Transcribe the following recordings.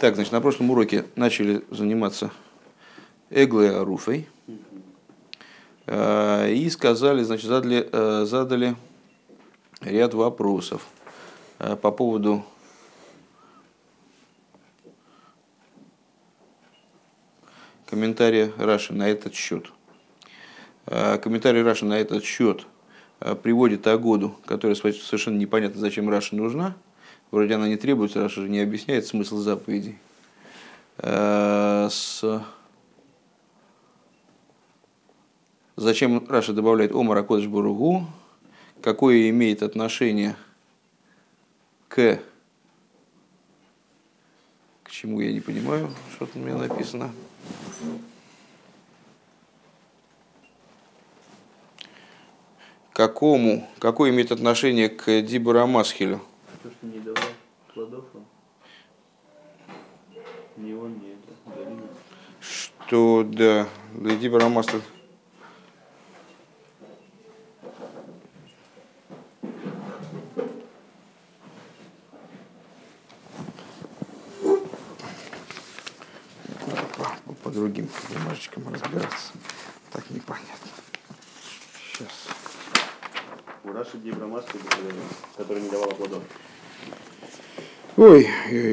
Так, значит, на прошлом уроке начали заниматься Эглой Аруфой. И сказали, значит, задали ряд вопросов по поводу комментария Раши на этот счет. Комментарий Раши на этот счет приводит Агоду, которая совершенно непонятно, зачем Раши нужна. Вроде она не требуется, Раши же не объясняет смысл заповедей. Зачем Раши добавляет Омар Акодыш Баругу, какое имеет отношение к чему, я не понимаю, что тут у меня написано. Какое имеет отношение к Дибора Масхилю? То, что не давал плодов, не он, не это, Галина. Что, да, для Дибора Масхиля. По другим бумажечкам разбираться. Так непонятно. Сейчас. У Раши Дибора Масхиля, который не давал плодов. Ой.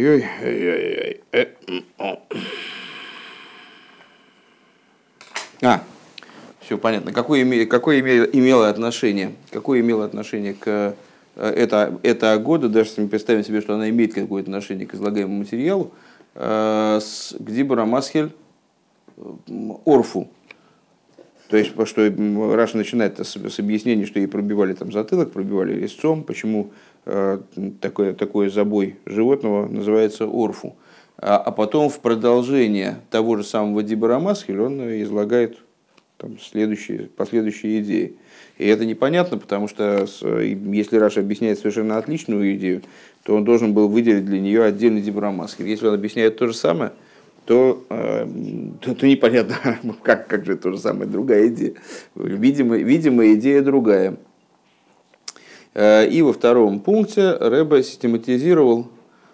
Все понятно. Какое имело отношение к эта Агода, даже если мы представим себе, что она имеет какое-то отношение к излагаемому материалу, к Дибора Масхиль Орфу. То есть, что Раша начинает с объяснения, что ей пробивали там затылок, пробивали резцом, почему такой забой животного называется Орфу. А потом в продолжение того же самого Дибора Масхиль он излагает там последующие идеи. И это непонятно, потому что если Раша объясняет совершенно отличную идею, то он должен был выделить для нее отдельный Дибора Масхиль. Если он объясняет то же самое, то непонятно, как же то же самое, другая идея. Видимо, идея другая. И во втором пункте Ребе систематизировал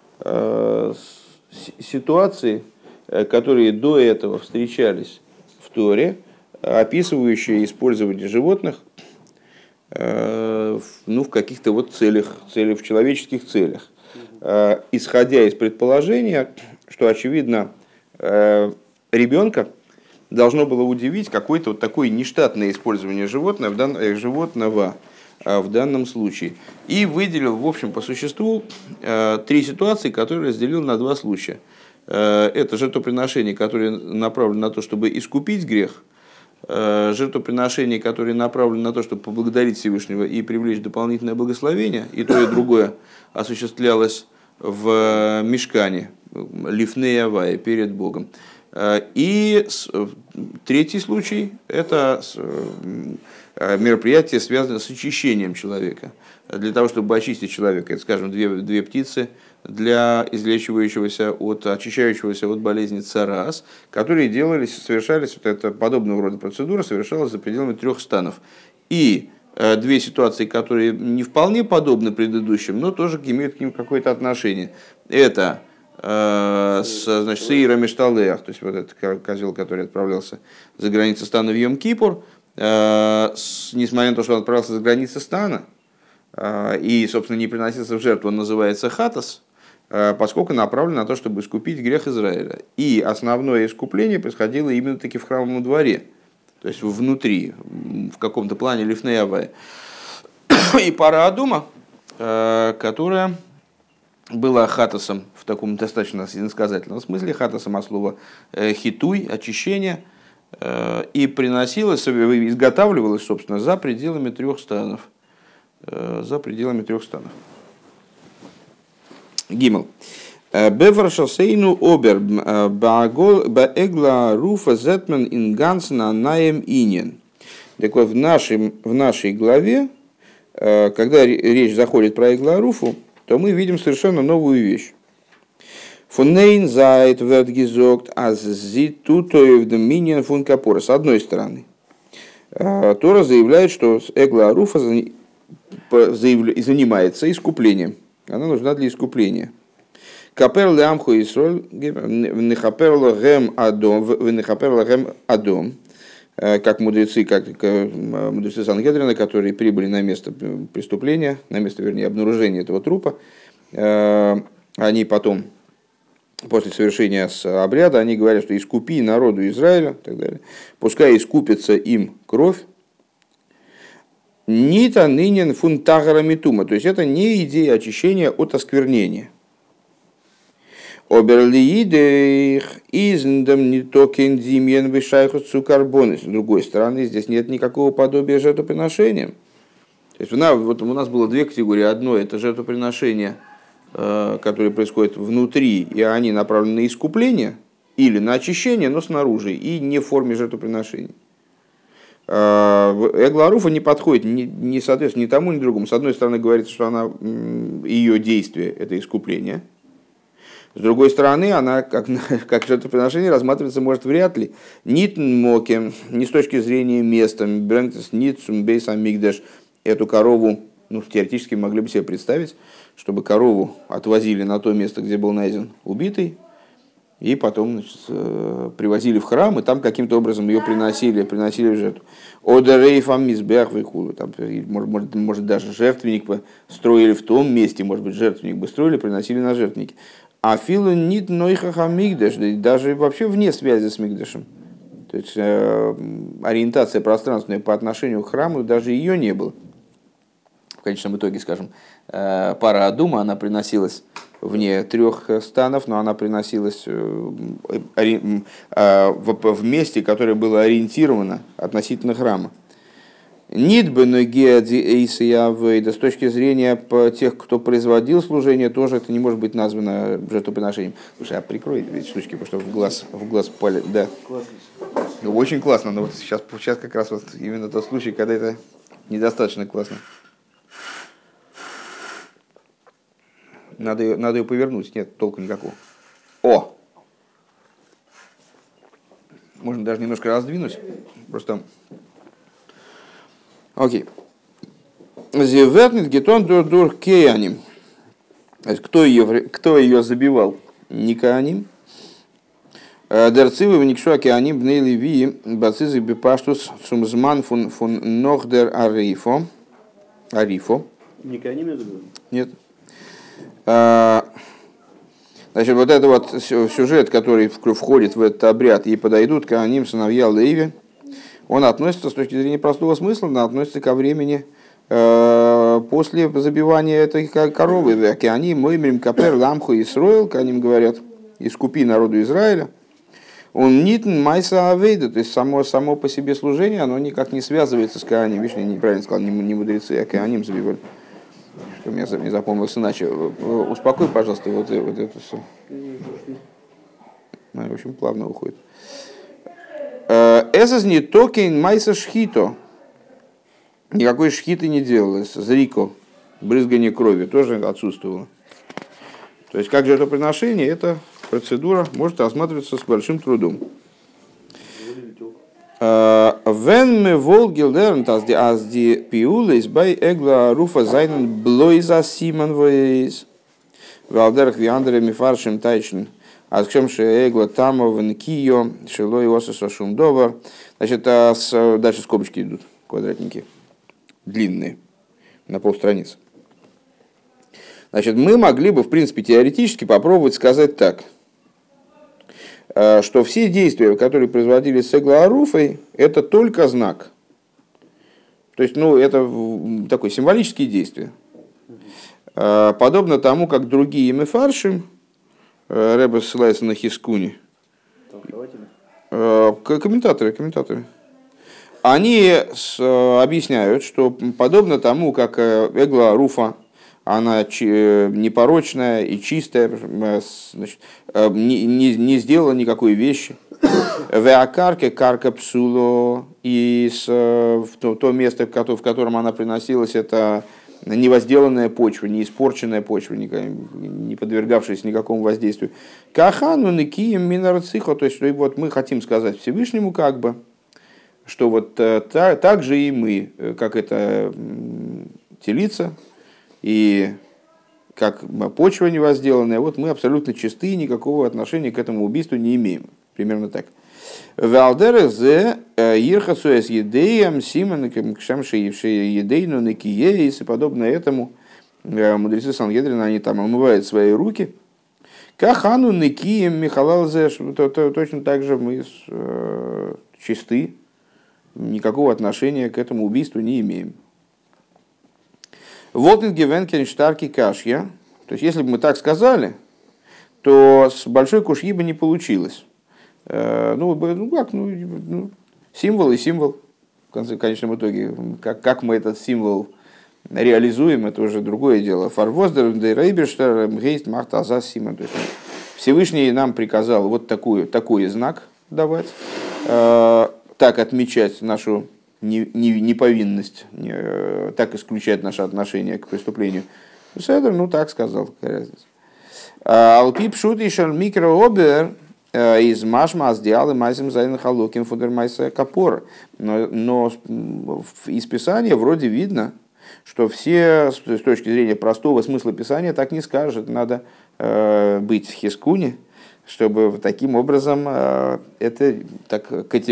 ситуации, которые до этого встречались в Торе, описывающие использование животных в каких-то целях, в человеческих целях. Исходя из предположения, что, очевидно, ребенка должно было удивить какое-то такое нештатное использование животного в данном случае. И выделил, в общем, по существу 3 ситуации, которые разделил на 2 случая. Это жертвоприношение, которое направлено на то, чтобы искупить грех, жертвоприношение, которое направлено на то, чтобы поблагодарить Всевышнего и привлечь дополнительное благословение, и то, и другое осуществлялось в мишкане, лифней авай, перед Богом. И третий случай – это мероприятие, связанное с очищением человека. Для того, чтобы очистить человека, это, скажем, две птицы для очищающегося от болезни царас, которые совершались, это подобного рода процедура совершалась за пределами 3 станов. И 2 ситуации, которые не вполне подобны предыдущим, но тоже имеют к ним какое-то отношение. Это Сеира Мешталеах, то есть вот этот козел, который отправлялся за границы стана в Йом-Кипур, несмотря на то, что он отправился за границы стана и, собственно, не приносился в жертву, он называется хатас, поскольку направлен на то, чтобы искупить грех Израиля. И основное искупление происходило именно таки в храмовом дворе, то есть внутри, в каком-то плане лифней авай. И пара Адума, которая была хатасом в таком достаточно иносказательном смысле, хатасом от слова хитуй, очищение, и приносилась, изготавливалась, собственно, за пределами 3 станов. Гимл. Бевар шосейну обер баэгла руфа зетмен ингансен анаем инен. Так вот, в нашей главе, когда речь заходит про Эгла Руфу, то мы видим совершенно новую вещь. Фуннейн зайт верт гизогт аз зитутоев доминион фун капора. С одной стороны, Тора заявляет, что Эгла Руфа занимается искуплением. Она нужна для искупления. Капер лямху и соль, внехаперло гэм адом, как мудрецы Сангедрина, которые прибыли на место преступления, на место, вернее, обнаружения этого трупа, они потом, после совершения обряда, они говорят, что искупи народу Израиля, и так далее, пускай искупится им кровь, нита нынен фунтагара митума, то есть это не идея очищения от осквернения. Оберлиидех издам не токен зимьен вышайхут цукарбонис. С другой стороны, здесь нет никакого подобия жертвоприношениям. То есть вот у нас было две категории. Одно это жертвоприношения, которые происходят внутри, и они направлены на искупление или на очищение, но снаружи, и не в форме жертвоприношений. Эгла Аруфа не подходит не соответственно ни тому, ни другому. С одной стороны, говорится, что ее действие – это искупление. С другой стороны, она как жертвоприношение рассматриваться может вряд ли. Нит мокем, не с точки зрения места, брэнтес нит сумбейс амигдаш. Эту корову, теоретически могли бы себе представить, чтобы корову отвозили на то место, где был найден убитый, и потом привозили в храм, и там каким-то образом ее приносили в жертву. Одерейфам мизбех вихулу. Может, даже жертвенник бы строили в том месте, может быть, жертвенник бы строили, приносили на жертвенники. А филу нит нойхаха мигдаш, даже вообще вне связи с мигдашем. То есть ориентация пространственная по отношению к храму, даже ее не было. В конечном итоге, скажем, пара Адума, она приносилась вне 3 станов, но она приносилась в месте, которое было ориентировано относительно храма. Нидбе ногеади эйсиявейда, с точки зрения тех, кто производил служение, тоже это не может быть названо жертвоприношением. Слушай, прикрой эти штучки, потому что в глаз палит. Да. Очень классно, но вот сейчас как раз вот именно тот случай, когда это недостаточно классно. Надо ее повернуть, нет толку никакого. О! Можно даже немножко раздвинуть, просто... Окей. Зевернит гетон дур кеяним. Кто ее забивал? Не кеяним. Дерцивы вникшуа кеяним бней леви бацизы бепаштус сумзман фун нохдер арифо. Не кеяним я забил? Нет. Значит, вот это вот сюжет, который входит в этот обряд, и подойдут кеяним сыновья Леви. Он относится, с точки зрения простого смысла, он относится ко времени после забивания этой коровы. Они моймерим капер ламху и сроил, как они говорят, искупи народу Израиля. Он нитн майса авейда, то есть само по себе служение, оно никак не связывается с кааним. Видишь, я неправильно сказал, не мудрецы, а кааним забивали. Что мне не запомнилось иначе. Успокой, пожалуйста, вот это все. В общем, плавно уходит. Эсэс не токен майса шхито. Никакой шхиты не делалось. Зрико, брызгание крови, тоже отсутствовало. То есть, как жертвоприношение, эта процедура может рассматриваться с большим трудом. Вен мы волгилдернт аз ди пиулес бай эгла руфа зайнен блойза симан вейс. Валдерх виандре мифаршим тайчен. Азкшемши эгла тамовен кио шилой ососо шумдовар. Значит, дальше скобочки идут, квадратники, длинные, на полстраницы. Значит, мы могли бы, в принципе, теоретически попробовать сказать так, что все действия, которые производились с эглоаруфой, это только знак. То есть, это такое символические действия. Подобно тому, как другие мефаршим, Ребе ссылается на Хискуни. Комментаторы. Они объясняют, что подобно тому, как эгла руфа, она непорочная и чистая, значит, не сделала никакой вещи. Веакарке карка псуло, и то место, в котором она приносилась, это невозделанная почва, не испорченная почва, не подвергавшаяся никакому воздействию. Кахану никием минарцихо, то есть, что вот мы хотим сказать Всевышнему, как бы, что вот так же и мы, как это телица, и как почва невозделанная, вот мы абсолютно чисты, никакого отношения к этому убийству не имеем. Примерно так. Валдер зе ирхасуэс едеям симонаком кшамшиевши едейну накиеис и подобное этому. Мудрецы Сангедрина, они там омывают свои руки. Кахану накием михалалзе, точно так же мы чисты, никакого отношения к этому убийству не имеем. Волтенгевенкен штарки кашья. То есть, если бы мы так сказали, то с большой кушьи бы не получилось. Символ и символ. В конечном итоге, как мы этот символ реализуем, это уже другое дело. Всевышний нам приказал вот такой знак давать, так отмечать нашу неповинность, так исключать наше отношение к преступлению. Ну так сказал, какая разница. Алпип шутишер микрообер из машма аздиалы майзем зайна халуким фудер майса капор. Но из Писания вроде видно, что все, с точки зрения простого смысла Писания, так не скажет. Надо быть в хискуне, чтобы таким образом это так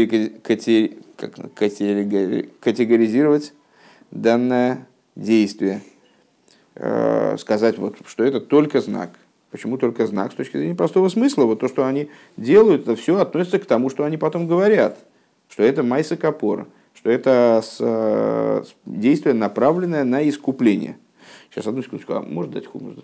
категоризировать данное действие. Сказать, вот, что это только знак. Почему только знак? С точки зрения простого смысла. Вот то, что они делают, это все относится к тому, что они потом говорят. Что это майса капор. Что это действие, направленное на искупление. Сейчас, одну секундочку. Может дать хумус?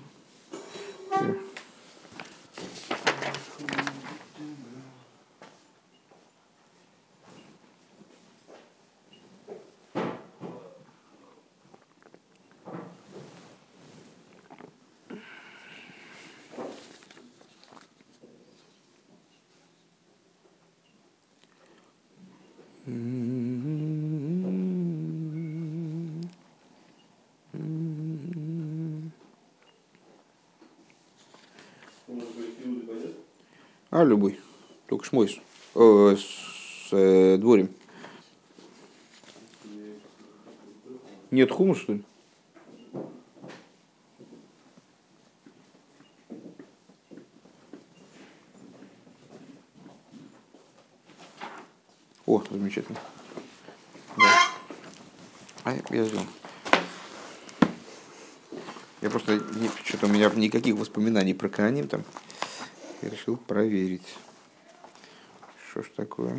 Любой. Только шмойс. С дворем. Нет хумуса, что ли? О, замечательно. Да. Я сделал. Что-то у меня никаких воспоминаний про Коаним там. Я решил проверить. Что ж такое?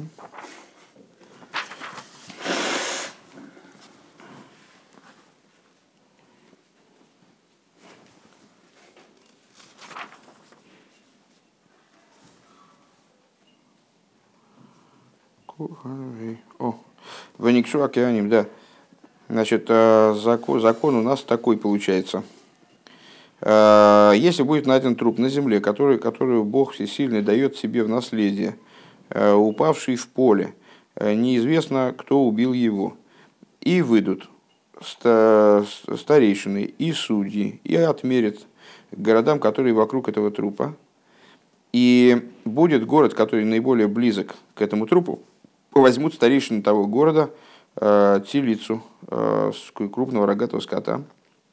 О, Ваникшу Акеаним, да. Значит, закон у нас такой получается. Если будет найден труп на земле, которую Бог Всесильный дает себе в наследие, упавший в поле, неизвестно, кто убил его, и выйдут старейшины и судьи, и отмерят городам, которые вокруг этого трупа, и будет город, который наиболее близок к этому трупу, возьмут старейшины того города телицу крупного рогатого скота,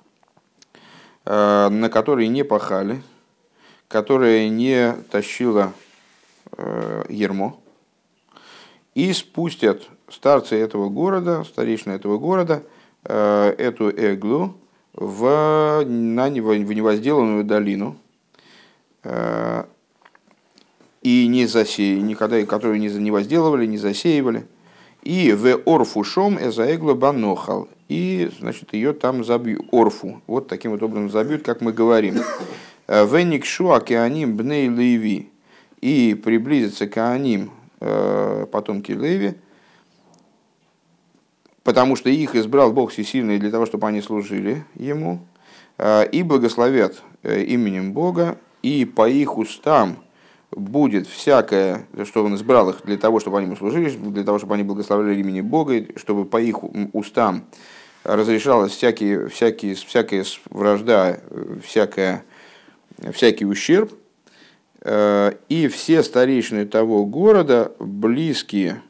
на которой не пахали, которая не тащила ярмо, и спустят старцы этого города, старейшины этого города, эту эглу в невозделанную долину, и не засеяли, никогда, которую не возделывали, не засеивали, и в орфушом эзаэгло банохал, и, значит, ее там забьют, орфу, вот таким вот образом забьют, как мы говорим. Веникшу акеаним бней леви, и приблизится кеаним, потомки Леви, потому что их избрал Бог Всесильный для того, чтобы они служили Ему, и благословят именем Бога, и по их устам будет всякое, что Он избрал их для того, чтобы они ему служили, для того, чтобы они благословляли именем Бога, чтобы по их устам разрешалась всякая вражда, всякий ущерб, и все старейшины того города, близкого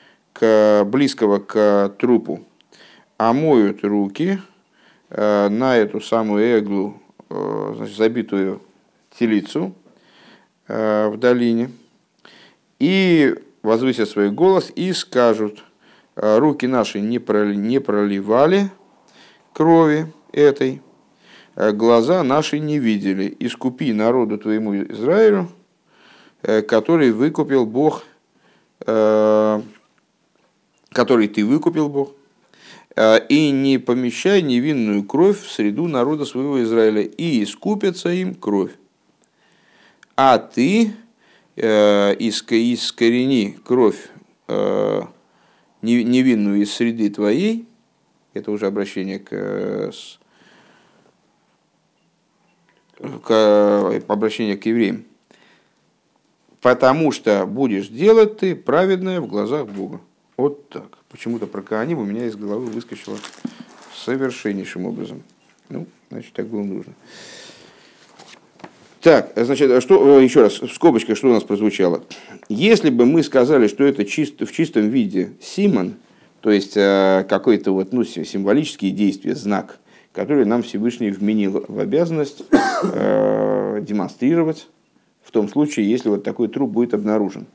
к трупу, омоют руки на эту самую эглу значит, забитую телицу в долине, и возвысят свой голос и скажут: руки наши не проливали крови этой, глаза наши не видели. Искупи народу твоему Израилю, который выкупил Бог, который ты выкупил, Бог, и не помещай невинную кровь в среду народа своего Израиля, и искупится им кровь. А ты искорени кровь невинную из среды твоей. Это уже обращение к евреям. Потому что будешь делать ты праведное в глазах Бога. Вот так. Почему-то про Коаним у меня из головы выскочило совершеннейшим образом. Ну, значит, так было нужно. Так, значит, что, еще раз, в скобочках, что у нас прозвучало. Если бы мы сказали, что это в чистом виде симон, то есть какой-то вот, символические действия, знак, который нам Всевышний вменил в обязанность демонстрировать в том случае, если вот такой труп будет обнаружен,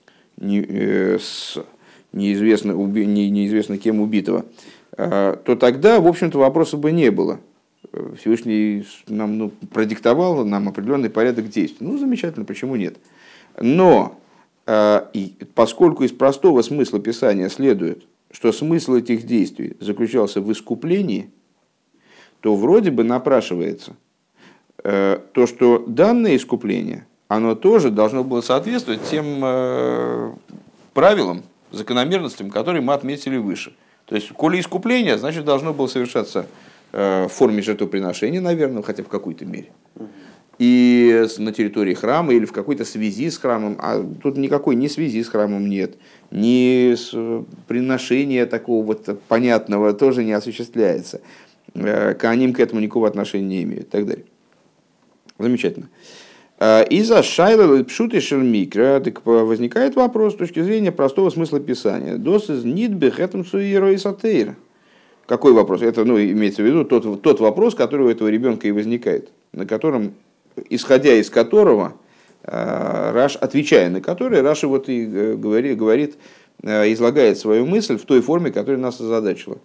неизвестно кем убитого, то тогда, в общем-то, вопроса бы не было. Всевышний нам продиктовал нам определенный порядок действий. Ну, замечательно, почему нет? Но поскольку из простого смысла Писания следует, что смысл этих действий заключался в искуплении, то вроде бы напрашивается то, что данное искупление, оно тоже должно было соответствовать тем правилам, закономерностям, которые мы отметили выше. То есть, коли искупление, значит, должно было совершаться в форме жертвоприношения, наверное, хотя в какой-то мере. И на территории храма или в какой-то связи с храмом. А тут никакой ни связи с храмом нет, ни приношения такого вот понятного тоже не осуществляется. Коаним к этому никакого отношения не имеют и так далее. Замечательно. Из-за шайла пшуты шельмикра возникает вопрос с точки зрения простого смысла Писания. Дос из нидбех этом суиро и сатейр. Какой вопрос? Это, имеется в виду тот вопрос, который у этого ребенка и возникает, на котором, исходя из которого, отвечая на который, Раши вот и говорит, излагает свою мысль в той форме, которая нас озадачила.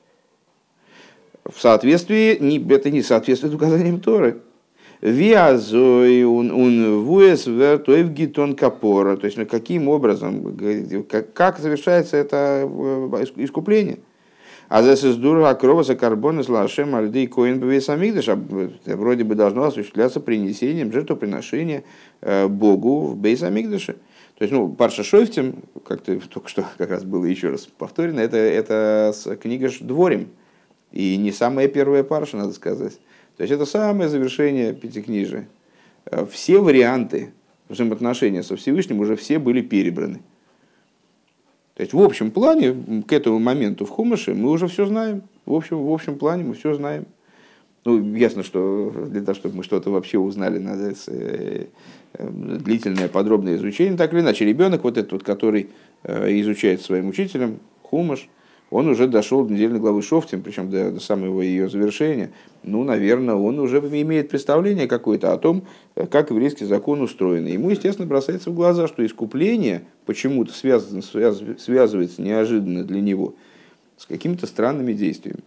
В соответствии, это не соответствует указаниям Торы. Виазой он вуэс вертоев гитон капора. То есть, каким образом, как совершается это искупление? А за сыздур акрова за карбон из лашем альдей коин бвейс амигдаш, вроде бы должно осуществляться принесением жертвоприношения Богу в бейс амигдаше. То есть, парша шойфтим, как-то только что как раз было еще раз повторено, это книга Дворим. И не самая первая парша, надо сказать. То есть, это самое завершение Пятикнижия. Все варианты взаимоотношения со Всевышним уже все были перебраны. То есть, в общем плане, к этому моменту в Хумаше мы уже все знаем. В общем плане мы все знаем. Ясно, что для того, чтобы мы что-то вообще узнали, надо длительное, подробное изучение. Так или иначе, ребенок, вот этот, который изучает своим учителем Хумаш, он уже дошел до недельной главы Шофтим, причем до самого ее завершения. Наверное, он уже имеет представление какое-то о том, как еврейский закон устроен. Ему, естественно, бросается в глаза, что искупление почему-то связывается неожиданно для него с какими-то странными действиями.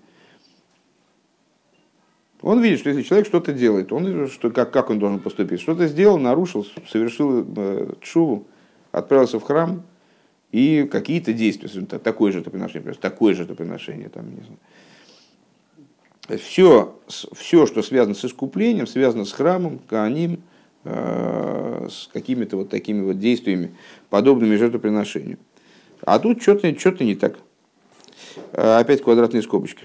Он видит, что если человек что-то делает, как он должен поступить? Что-то сделал, нарушил, совершил тшуву, отправился в храм, и какие-то действия, такое же жертвоприношение, там, не знаю. Все, что связано с искуплением, связано с храмом, коаним, с какими-то вот такими вот действиями, подобными жертвоприношению. А тут что-то не так. Опять квадратные скобочки.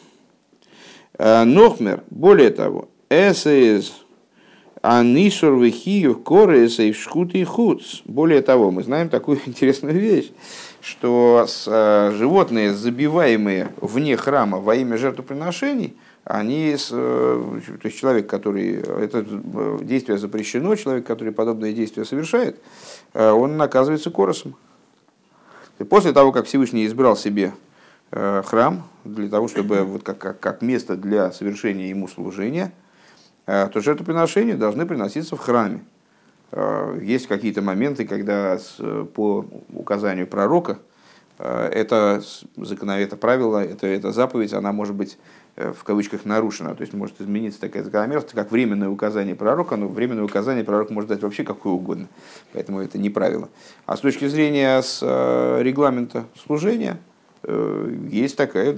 Нохмер, более того, эсэс анисур вихиев коресэй в шхут и хуц. Более того, мы знаем такую интересную вещь, что животные, забиваемые вне храма во имя жертвоприношений, то есть человек, который это действие запрещено, человек, который подобное действие совершает, он наказывается коросом. После того, как Всевышний избрал себе храм для того, чтобы как место для совершения ему служения, то жертвоприношения должны приноситься в храме. Есть какие-то моменты, когда по указанию пророка это правило, эта заповедь, она может быть в кавычках нарушена, то есть может измениться такая закономерность, как временное указание пророка, но временное указание пророк может дать вообще какое угодно, поэтому это не правило. А с точки зрения регламента служения есть такая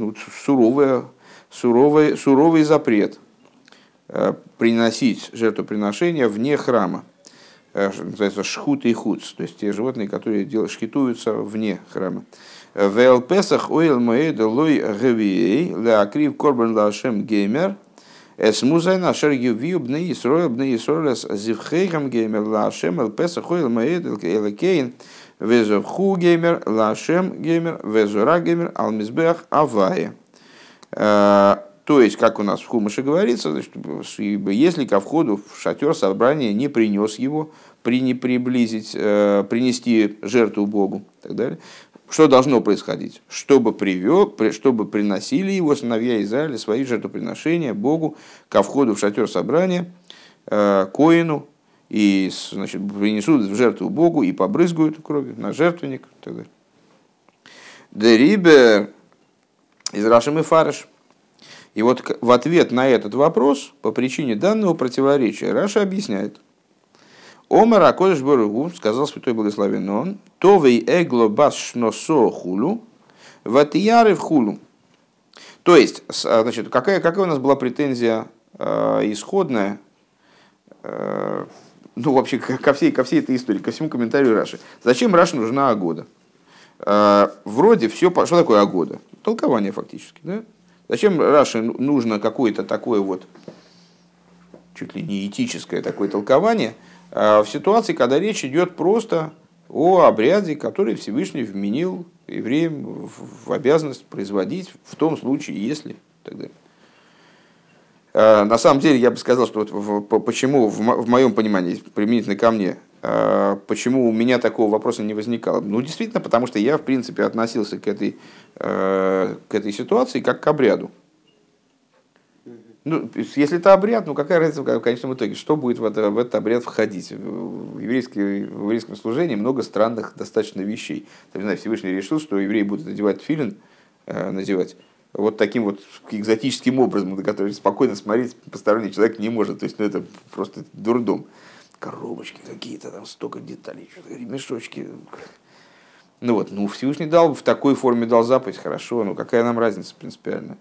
суровый запрет приносить жертвоприношения вне храма. Что называется шхут и хуц, то есть те животные, которые шхитуются вне храма. В Песах ойл моэд лой гавией леакрив корбан лашем геймер смузай нашер ювию бней Исроэль зивхейгам геймер лашем эл Песах ойл моэд элекейн везовху геймер лашем геймер везора геймер алмизбех авае. То есть, как у нас в Хумаше говорится, значит, если ко входу в шатер собрания не принес его, принести жертву Богу и так далее, что должно происходить? Чтобы приносили его сыновья Израиля свои жертвоприношения Богу ко входу в шатер собрания, коину, и, значит, принесут в жертву Богу и побрызгают кровью на жертвенник и так далее. Дерибер из Раши Мефареш. И вот в ответ на этот вопрос, по причине данного противоречия, Раша объясняет. Омар акодеш баругу, сказал святой благословенный он, товей эгло бас шносо хулу, ватияры в хулу. То есть, значит, какая у нас была претензия исходная, вообще ко всей этой истории, ко всему комментарию Раши. Зачем Раши нужна Агода? Вроде все, что такое Агода? Толкование фактически, да? Зачем Раши нужно какое-то такое вот, чуть ли не этическое такое толкование, в ситуации, когда речь идет просто о обряде, который Всевышний вменил евреям в обязанность производить в том случае, если и так далее. На самом деле, я бы сказал, что почему, в моем понимании, применительно ко мне, почему у меня такого вопроса не возникало? Действительно, потому что я, в принципе, относился к этой ситуации как к обряду. Если это обряд, какая разница в конечном итоге? Что будет в этот обряд входить? В еврейском служении много странных достаточно вещей. Всевышний решил, что евреи будут надевать тфилин, вот таким вот экзотическим образом, на который спокойно смотреть посторонний человек не может. То есть это просто дурдом. Коробочки какие-то, там столько деталей, ремешочки. Всевышний дал, в такой форме дал заповедь, хорошо, какая нам разница принципиально.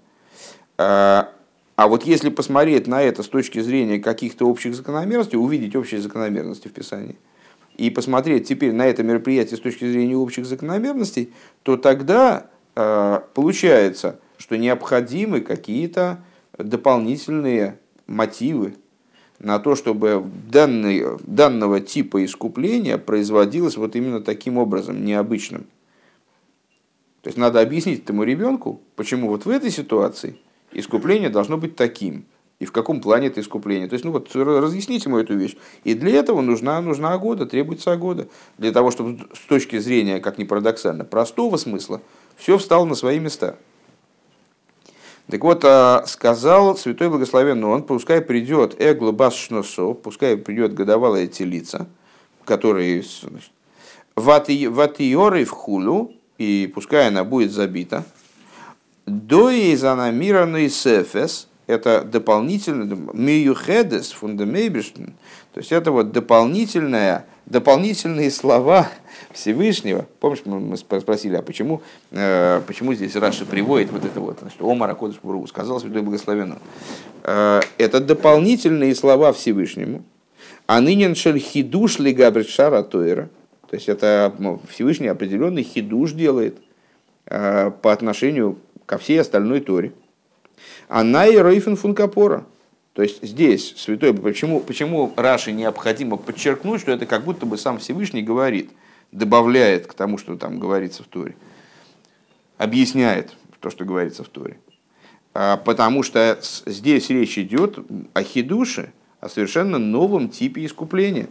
А вот если посмотреть на это с точки зрения каких-то общих закономерностей, увидеть общие закономерности в Писании, и посмотреть теперь на это мероприятие с точки зрения общих закономерностей, то тогда получается, что необходимы какие-то дополнительные мотивы на то, чтобы данного типа искупления производилось вот именно таким образом, необычным. То есть надо объяснить этому ребенку, почему вот в этой ситуации искупление должно быть таким, и в каком плане это искупление. То есть, разъяснить ему эту вещь. И для этого нужна Агода, требуется Агода. Для того, чтобы с точки зрения, как ни парадоксально, простого смысла, все встало на свои места. Так вот, сказал святой благословенный он, пускай придет эгло бас шносо, пускай придет годовалая телица, которые ватиоры в хулу, и пускай она будет забита, дои занамированный сефес, это дополнительный миюхедес фундамейбишн, то есть это вот дополнительные слова Всевышнего. Помнишь, мы спросили, а почему здесь Раши приводит вот это вот, что Омар акодеш баругу, сказал святой благословенный. Это дополнительные слова Всевышнему. А нынен шель хидуш ли габрит шара тойра, то есть это Всевышний определенный хидуш делает по отношению ко всей остальной Торе. Она и рейфен фун капора. То есть здесь святой, почему Раши необходимо подчеркнуть, что это как будто бы сам Всевышний говорит, добавляет к тому, что там говорится в Торе, объясняет то, что говорится в Торе. Потому что здесь речь идет о хидуше, о совершенно новом типе искупления.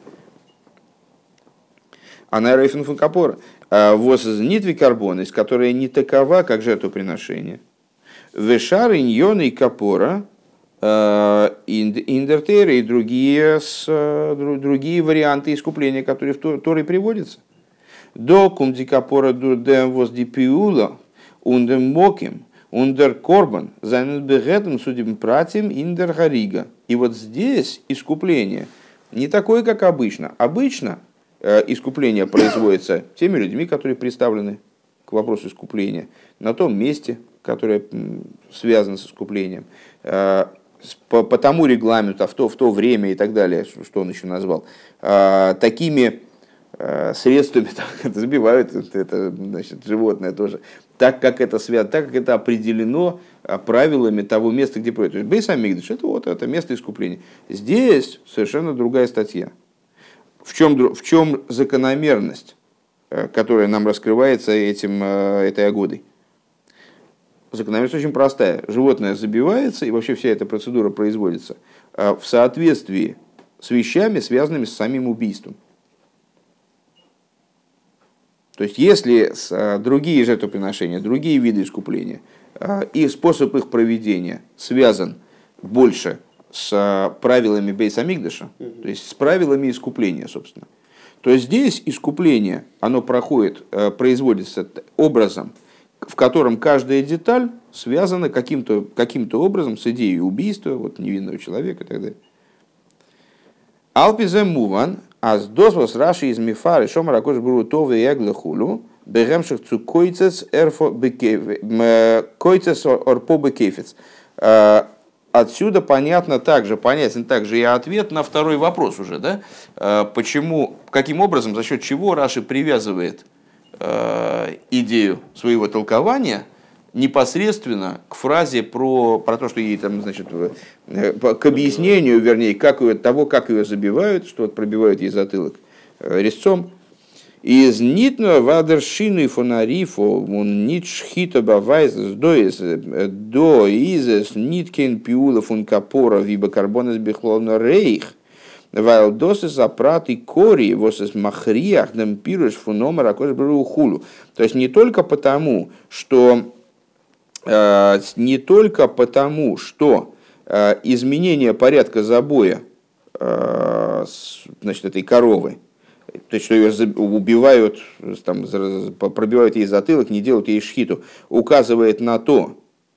Она рейфен фун капора. Воз нитви карбонис, которая не такова, как жертвоприношение. Вешар иньон и капора, Индертер и другие варианты искупления, которые в Торе приводятся. До кумдикапора дурдем воздипиула ундем моким ундер корбан занбегетом судим пратим индер гарига. И вот здесь искупление не такое, как обычно. Обычно искупление производится теми людьми, которые представлены к вопросу искупления, на том месте, которое связано с искуплением, по тому регламенту, в то время и так далее, что он еще назвал, такими средствами забивают это, значит, животное тоже, так как это связано, так как это определено правилами того места, где происходит. То есть Бейс Амикдаш — это вот это место искупления. Здесь совершенно другая статья. В чем закономерность, которая нам раскрывается этой агодой? Закономерность очень простая. Животное забивается, и вообще вся эта процедура производится в соответствии с вещами, связанными с самим убийством. То есть, если другие жертвоприношения, другие виды искупления и способ их проведения связан больше с правилами Бейс Амикдаша, то есть с правилами искупления, собственно, то здесь искупление, оно производится образом, в котором каждая деталь связана каким-то образом с идеей убийства вот, невинного человека и так далее. Алпизем муван, аз дозвос раши из мифары шомара кош бру тове ягле хулу, бегемших цу койцес орпо бекефец. Отсюда понятен также и ответ на второй вопрос уже, да? Почему, каким образом, за счет чего Раши привязывает идею своего толкования непосредственно к фразе про то, что ей там, значит, к объяснению, вернее, как ее забивают, что вот пробивают ей затылок резцом. Из нитно вадершины фонарифо мун нит шхита бавайз до изес ниткин пиула фун капора виба карбонес бихловно рейх. Вайлдосы запраты кори восес махриях дем пируш фуномер акош брухулу. То есть не только потому, что изменение порядка забоя, значит, этой коровы, то есть, что ее убивают, там, пробивают ей затылок, не делают ей шхиту, указывает на то,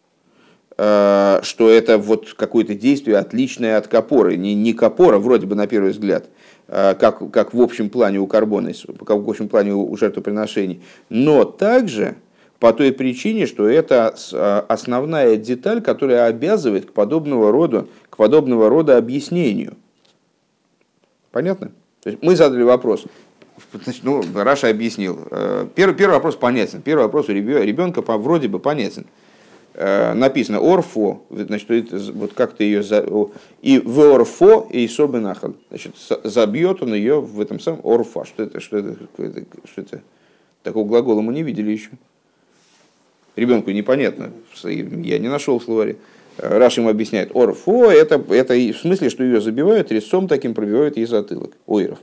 что это вот какое-то действие отличное от капоры. Не капора, вроде бы на первый взгляд, как в общем плане у карбона, как в общем плане у жертвоприношений, но также по той причине, что это основная деталь, которая обязывает к подобного рода объяснению. Понятно? То есть мы задали вопрос. Значит, Раша объяснил. Первый вопрос понятен. Первый вопрос у ребенка вроде бы понятен. Написано орфо, значит, это, вот как-то ее и в орфо и собенахал, значит, забьет он ее в этом самом орфа. Что это? Такого глагола мы не видели еще. Ребенку непонятно, я не нашел в словаре. Раш ему объясняет, орфо это в смысле, что ее забивают резцом таким, пробивают ей затылок, ойров.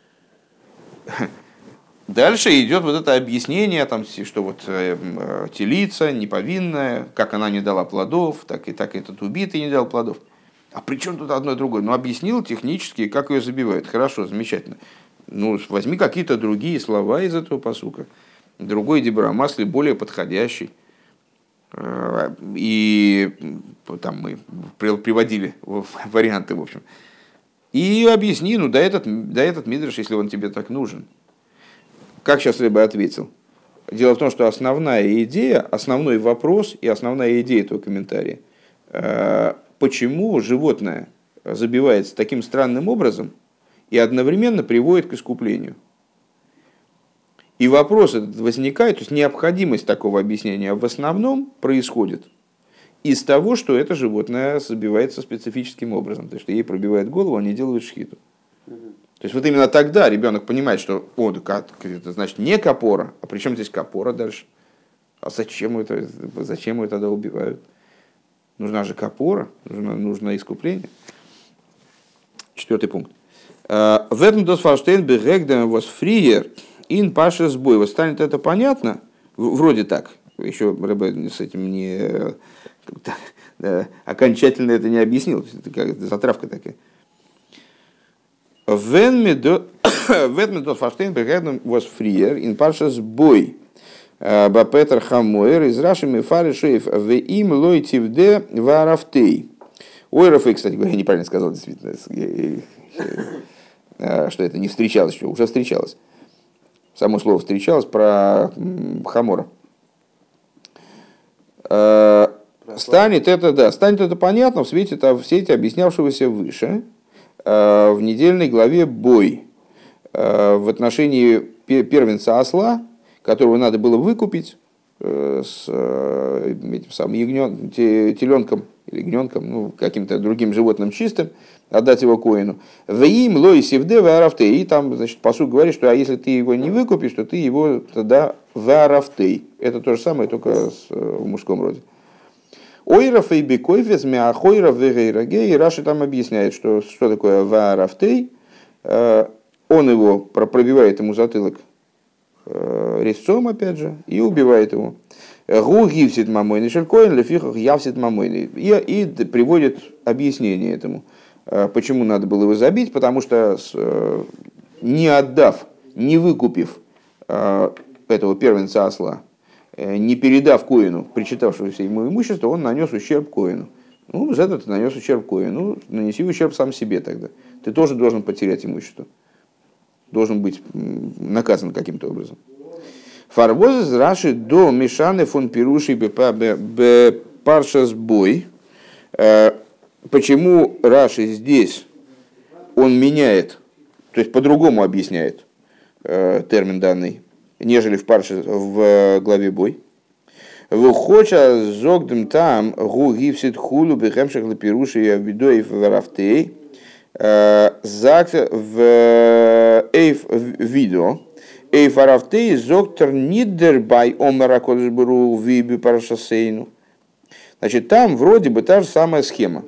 Дальше идет вот это объяснение, там, что вот телица неповинная, как она не дала плодов, так и этот убитый не дал плодов. А при чем тут одно и другое? Ну, объяснил технически, как ее забивают. Хорошо, замечательно. Ну, возьми какие-то другие слова из этого пасука. Другой дибрамасли, более подходящий. И там мы приводили варианты, в общем. И объясни, да этот мидраш, если он тебе так нужен. Как сейчас Ребе ответил? Дело в том, что основная идея, основной вопрос и основная идея этого комментария, почему животное забивается таким странным образом и одновременно приводит к искуплению. И вопрос этот возникает, то есть необходимость такого объяснения в основном происходит из того, что это животное забивается специфическим образом, то есть что ей пробивает голову, они делают шхиту. То есть вот именно тогда ребенок понимает, что это значит не капора, а при чем здесь капора дальше? А зачем ее тогда убивают? Нужна же капора, нужно искупление. 4 пункт. В этом досфалштейн бегэгдем вос фриер ин паша сбой. Вот станет это понятно, вроде так. Еще Ребе с этим не окончательно это не объяснил. Это как затравка такая. Wenn mir dort verstehen, begreifen was früher in Parshas Boy, bei Peter Hamoer, из Раши Мефари Шейф, в им лойтивде варафтей. Ой, Рафей, кстати говоря, я неправильно сказал, действительно, что это не встречалось еще, уже встречалось. Само слово встречалось про Хамора. Станет это понятно в свете объяснявшегося выше, в недельной главе Бой, в отношении первенца осла, которого надо было выкупить с этим самым теленком или ягненком, ну, каким-то другим животным чистым, отдать его коину. Веим лой сивде варафтей. И там, значит, пасук говорит, что если ты его не выкупишь, то ты его тогда варафтей. Это то же самое, только в мужском роде. Ойраф и бекойфес мяхойраф вегейраге. И Раши там объясняет, что такое варафтей. Он его пробивает ему затылок резцом, опять же, и убивает его. Гу гивсит мамойный шелькоин, лефихах явсит мамойный. И приводит объяснение этому. Почему надо было его забить? Потому что не отдав, не выкупив этого первенца осла, не передав коину, причитавшегося ему имущество, он нанес ущерб коину. Ну, за это ты нанес ущерб коину. Ну, нанеси ущерб сам себе тогда. Ты тоже должен потерять имущество. Должен быть наказан каким-то образом. Фарвоз из Раши до Мишаны фон Пируши б Паршас Бой. Почему Раши здесь он меняет, то есть по-другому объясняет термин данный, нежели в главе Бой. Вухоча зогдем там гу гивсит хулу бехемшах лапируши авидоев варафтей зак в эйф видео. Эйфарафтей зоктор нидер бай омара кодшбуру виби парашасейну. Значит, там вроде бы та же самая схема.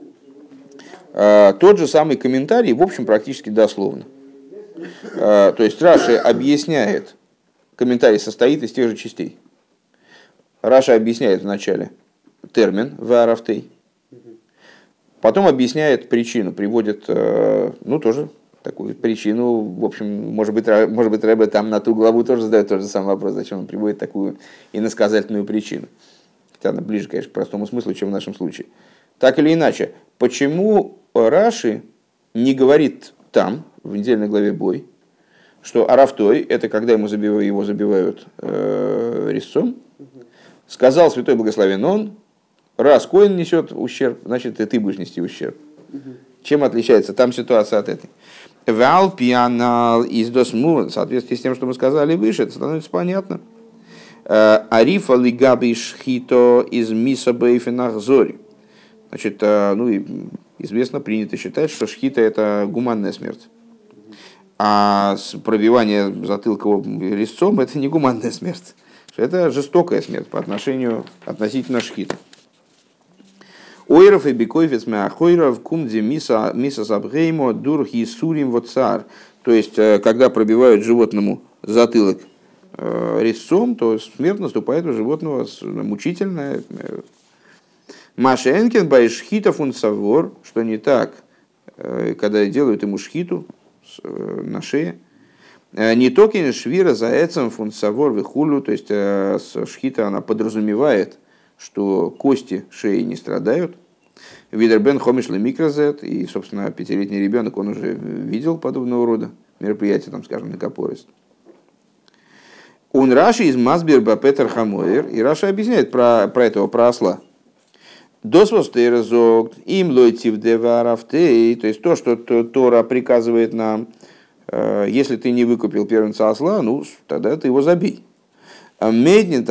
Тот же самый комментарий, в общем, практически дословно. То есть Раши объясняет, комментарий состоит из тех же частей. Раши объясняет вначале термин «варафтей», потом объясняет причину, приводит, ну, тоже такую причину, в общем, может быть, Рэбе там на ту главу тоже задает тот же самый вопрос, зачем он приводит такую иносказательную причину. Хотя она ближе, конечно, к простому смыслу, чем в нашем случае. Так или иначе, почему Раши не говорит там, в недельной главе Бой, что арафтой, это когда его забивают резцом, сказал святой благословен он, раз коин несет ущерб, значит и ты будешь нести ущерб. Чем отличается там ситуация от этой? Вал пианал из досму, в соответствии с тем, что мы сказали выше, это становится понятно. Арифа лигаби шхито из миса бейфенах зори. Значит, ну и известно, принято считать, что шхита это гуманная смерть. А пробивание затылка резцом это не гуманная смерть. Это жестокая смерть по относительно шхита. Ойров и бекойфец мяхойров кумди миса сабгеймо дурхи сурим вот цар. То есть, когда пробивают животному затылок резцом, то смерть наступает у животного мучительная. Машенкин байшхита фунсавор, что не так, когда делают ему шхиту на шее. Не только швира за эцем фунсавор вихулю, то есть шхита она подразумевает, что кости шеи не страдают. Видербен хомиш микрозет, и, собственно, 5-летний ребенок, он уже видел подобного рода мероприятия, там, скажем, Некопорис. Он Раши из Масберба Петер Хамоер, и Раши объясняет про осла. Досвостейрзогт, им лойтив деварафтей, то есть то, что Тора приказывает нам, если ты не выкупил первенца осла, ну, тогда ты его забей. Не имеет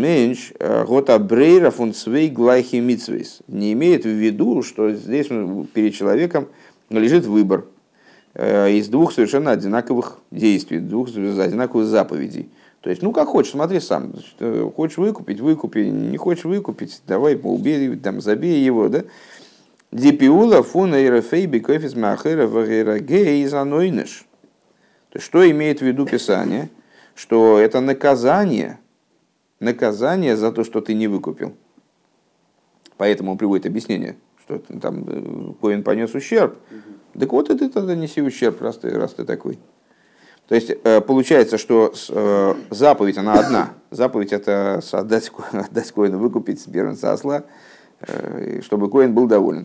в виду, что здесь перед человеком лежит выбор из двух совершенно одинаковых действий, двух одинаковых заповедей. То есть, ну как хочешь, смотри сам. Хочешь выкупить, выкупи. Не хочешь выкупить, давай убей, там, забей его. Да? Дипиула фуна ирафей бикофис махера вагераге из анойныш. То есть, что имеет в виду Писание? Что это наказание за то, что ты не выкупил. Поэтому он приводит объяснение, что там коэн понес ущерб. Так вот, и ты тогда неси ущерб, раз ты такой. То есть получается, что заповедь, она одна. Заповедь — это отдать коэну, выкупить с первенца осла, чтобы коэн был доволен.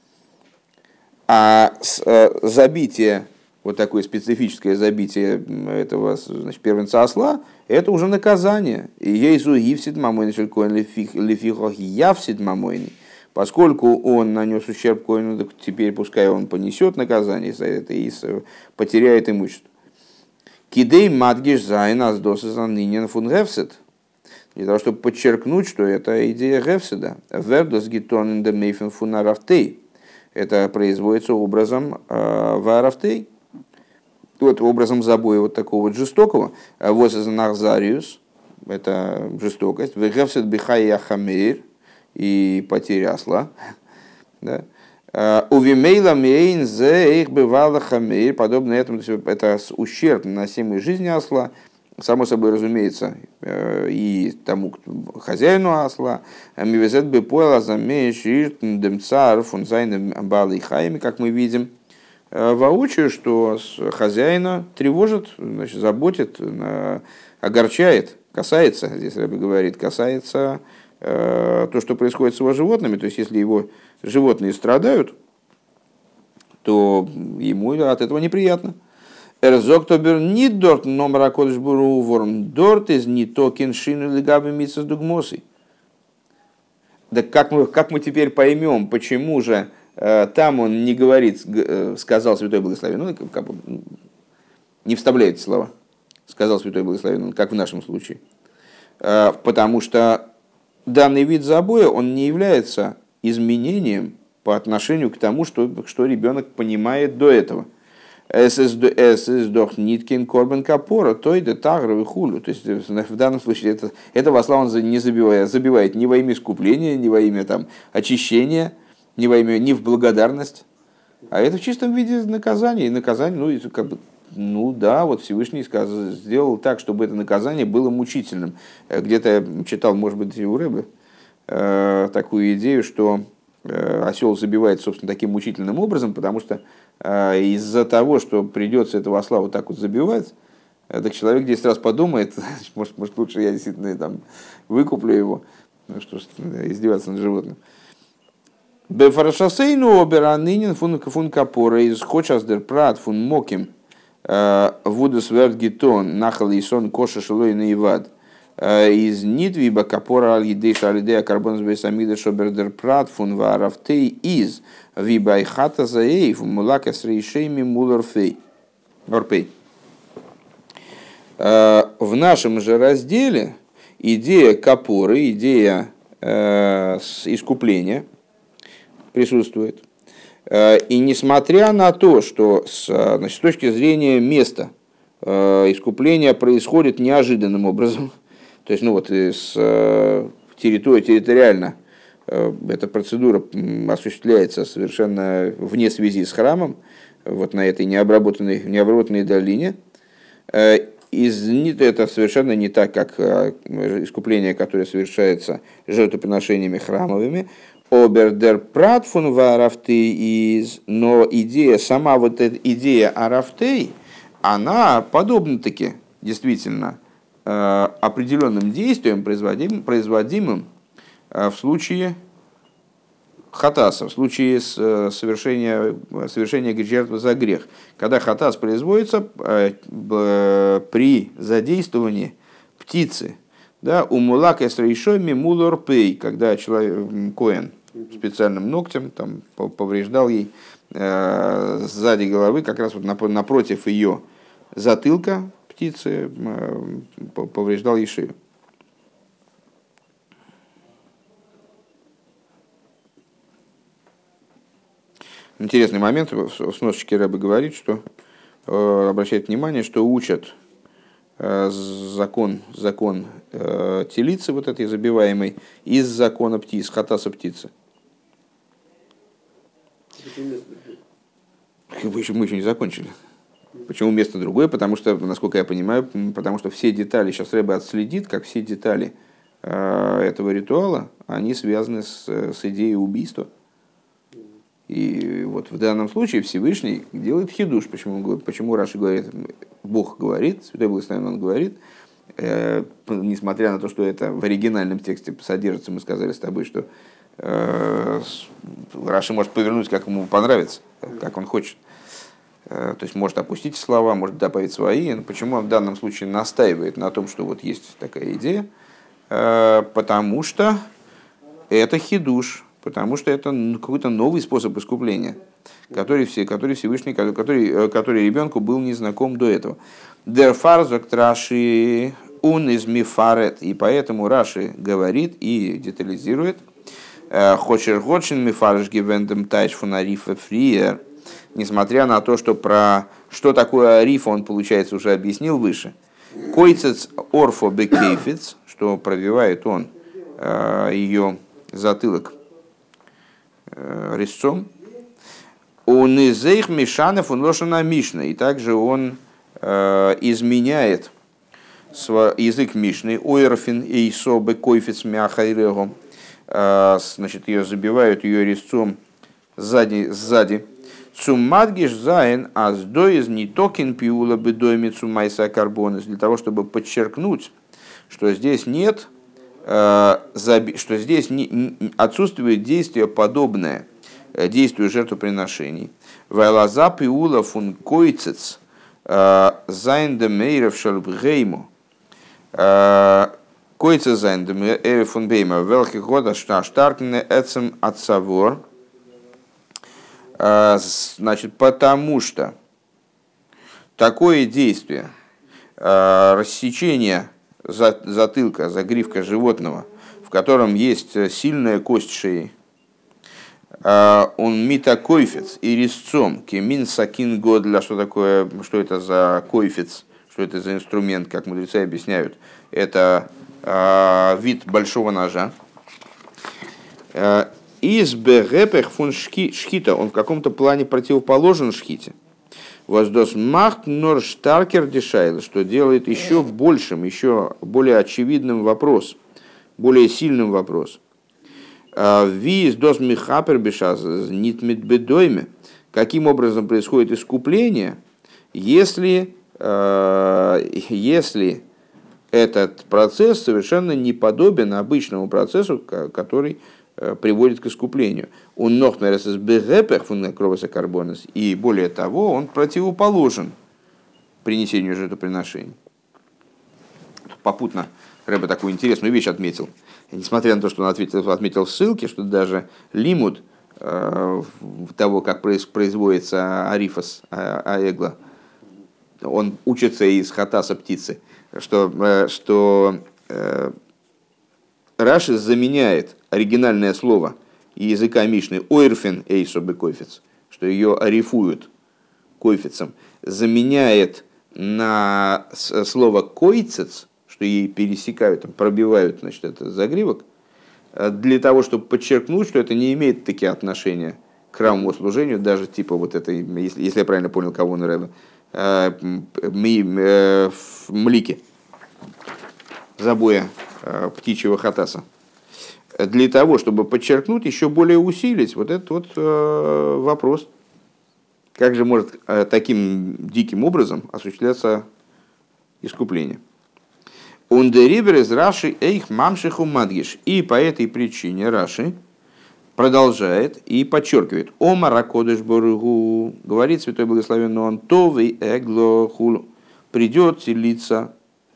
А забитие, вот такое специфическое забитие этого, значит, первенца осла, это уже наказание. И ейзу гивсит мамойни шелькоин лефихох явсит мамойни. Поскольку он нанес ущерб коину, так теперь пускай он понесет наказание за это и потеряет имущество. Кидей мадгиш зайн аздосызан нинен фун гефсет. Для того, чтобы подчеркнуть, что это идея гефседа. Вердос гитон ин де мейфен фун арафтей. Это производится образом варафтей. Вот образом забоя вот такого вот жестокого. Вот из нахзариус. Это жестокость. Вегефсет бихай яхамейр. И потеря осла. Да. Увимейла мейн зе их бывало хамейр, подобно этому, это ущерб, наносимый жизни осла, само собой разумеется, и тому хозяину осла. Мивезет бы поэла замеешь демцар фунзайн балы хайми, как мы видим воочию, что хозяина тревожит, значит, заботит, огорчает, касается, здесь Ребе говорит, касается то, что происходит с его животными, то есть если его животные страдают, то ему от этого неприятно. Эрзоктобер не дорт номер акодыш буру ворм дорт из не токен шину легабы митсас дугмосы. Да как мы теперь поймем, почему же там он не говорит, сказал Святой Благословен, ну, как бы не вставляет эти слова, сказал Святой Благословен, как в нашем случае. Потому что данный вид забоя, он не является изменением по отношению к тому, что ребенок понимает до этого. Дох ниткин корбен капора, то и детагровый хулю. То есть в данном случае этого осла он не забивает ни во имя искупления, ни во имя там, очищения, ни во имя, ни в благодарность. А это в чистом виде наказание. И наказание, ну, как бы, ну да, вот Всевышний сделал так, чтобы это наказание было мучительным. Где-то я читал, может быть, и у Ребе, такую идею, что осел забивает, собственно, таким мучительным образом, потому что из-за того, что придется этого осла вот так вот забивать, так человек 10 раз подумает, может лучше я действительно там выкуплю его, ну, что ж, издеваться над животным. Бефарашасейну оберанынин фун капора из хочаздер прат фун моким вудус вертгитон нахал и сон коша шилой наивад. Из нитвиба капора аль-гидейша алидея карбон сбейсамида шобердер прат фун ваарафтей из вибайхата заэйф мулака с рейшейми мулорфей. В нашем же разделе идея капоры, идея искупления присутствует. И несмотря на то, что значит, с точки зрения места искупления происходит неожиданным образом, то есть, ну вот, территориально эта процедура осуществляется совершенно вне связи с храмом, вот на этой необработанной долине. Это совершенно не так, как искупление, которое совершается жертвоприношениями храмовыми. Обердер пратфун варафтей из, но идея, сама вот эта идея арафтей, она подобна-таки действительно определенным действием, производимым в случае хатаса, в случае совершения жертвы за грех. Когда хатас производится при задействовании птицы, да, у мулака с рейшоми мулорпей, когда человек, коэн, специальным ногтем там, повреждал ей сзади головы, как раз вот напротив ее затылка птицы, повреждал ей шею. Интересный момент, в сносочке Ребе говорит, что обращает внимание, что учат закон телицы вот этой забиваемой из закона птиц, хатаса птицы. Мы еще не закончили. Почему место другое? Потому что, насколько я понимаю, потому что все детали, сейчас Ребе отследит, как все детали этого ритуала, они связаны с идеей убийства. И вот в данном случае Всевышний делает хидуш. Почему Раши говорит, Бог говорит, Святой Благословен Он говорит, несмотря на то, что это в оригинальном тексте содержится, мы сказали с тобой, что Раши может повернуть, как ему понравится, как он хочет. То есть может опустить слова, может добавить свои. Но почему он в данном случае настаивает на том, что вот есть такая идея? Потому что это хидуш, потому что это какой-то новый способ искупления, который Всевышний, который ребенку был незнаком до этого. Дерфарзок Раши ун из мифарет, и поэтому Раши говорит и детализирует. Хочер хочен мифареш гивендем тайш фунарифа фриер. Несмотря на то, что такое ариф, он, получается, уже объяснил выше. Койцец орфо бекейфиц, что пробивает он ее затылок резцом. Он изейх мишанов он лошана мишна. И также он изменяет язык мишны. Ойрфин эйсо бекойфиц мяхайрего. Значит, ее забивают ее резцом сзади. Цумадгиш зайн аздоиз не токин пиула бедойми цумайса карбонис, для того, чтобы подчеркнуть, что здесь нет, что здесь отсутствует действие подобное действию жертвоприношений. Вайлаза пиула фун койцец зайн демейров шальбгейму койцец зайн демейров фун бейма велхи года штаркне эцем отсавор. Значит, потому что такое действие, рассечение затылка, загривка животного, в котором есть сильная кость шеи, он митакойфец и резцом, кемин сакин годля, что это за койфец, что это за инструмент, как мудрецы объясняют, это вид большого ножа. Из бегепех фун шхита, он в каком-то плане противоположен шхите. Воздос махт нор штаркер дешайл, что делает еще большим, еще более очевидным вопрос, более сильным вопрос. Виз дос михапер бешаз нитмит бедойме. Каким образом происходит искупление, если этот процесс совершенно не подобен обычному процессу, который приводит к искуплению. Он нохмерес из бегепех фуннекровоса карбонес, и более того, он противоположен принесению жертвоприношений. Попутно Рэбе такую интересную вещь отметил. Несмотря на то, что он отметил в ссылке, что даже лимуд того, как производится арифас аэгла, он учится из хатаса птицы, что Раши заменяет оригинальное слово языка Мишны ойрфен эйсобе койфец, что ее арифуют койфицем, заменяет на слово койцец, что ей пересекают, пробивают, значит, это загривок, для того, чтобы подчеркнуть, что это не имеет такие отношения к храмовому служению, даже типа вот это, если я правильно понял, кого он Рэбе, млики, забоя птичьего хатаса, для того, чтобы подчеркнуть, еще более усилить вот этот вот вопрос. Как же может таким диким образом осуществляться искупление? Ундерибер из Раши эйх мамшиху мадгиш. И по этой причине Раши продолжает и подчеркивает. Омара кодыш боругу, говорит Святой Благословенный он, товый эгло хулу, придет телиться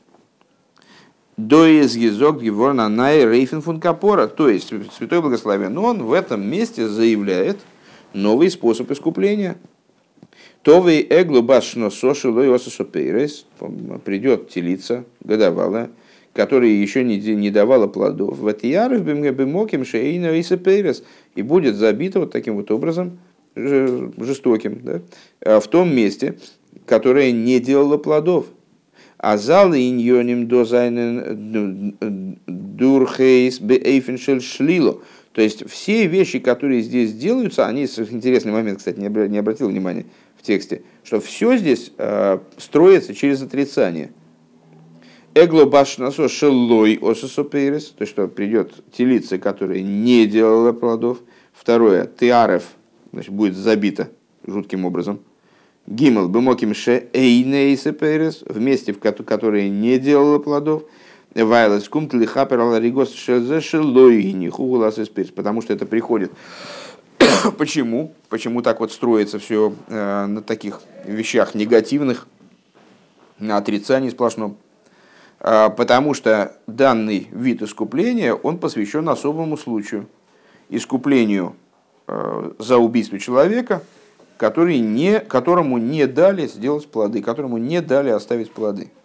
доез гизок геворна най рейфен фун капора. То есть Святой Благословенный он в этом месте заявляет новый способ искупления. Товый эгло башно сошило и ососопейрес, придет телица годовалая, которая еще не давала плодов. В атияров бимоким шейна и сопейрес, и будет забита вот таким вот образом жестоким, да, в том месте, которое не делало плодов. А залы иньоним дозайнен дурхейс беэйфеншель шлило. То есть все вещи, которые здесь делаются, они, интересный момент, кстати, не обратил внимания в тексте, что все здесь строится через отрицание. Эглобашнасо шеллой ососоперес, то, что придет телица, которая не делала плодов. Второе, теарев, значит, будет забита жутким образом. Гимл бемоким ше эйнейсеперес, вместе, в которой не делала плодов. Вайлес кумтли хапер аларигос шезе шеллой нихугулас эсперес, потому что это приходит. Почему? Почему так вот строится все на таких вещах негативных, на отрицании сплошном? Потому что данный вид искупления, он посвящен особому случаю. Искуплению за убийство человека, которому не дали сделать плоды, которому не дали оставить плоды.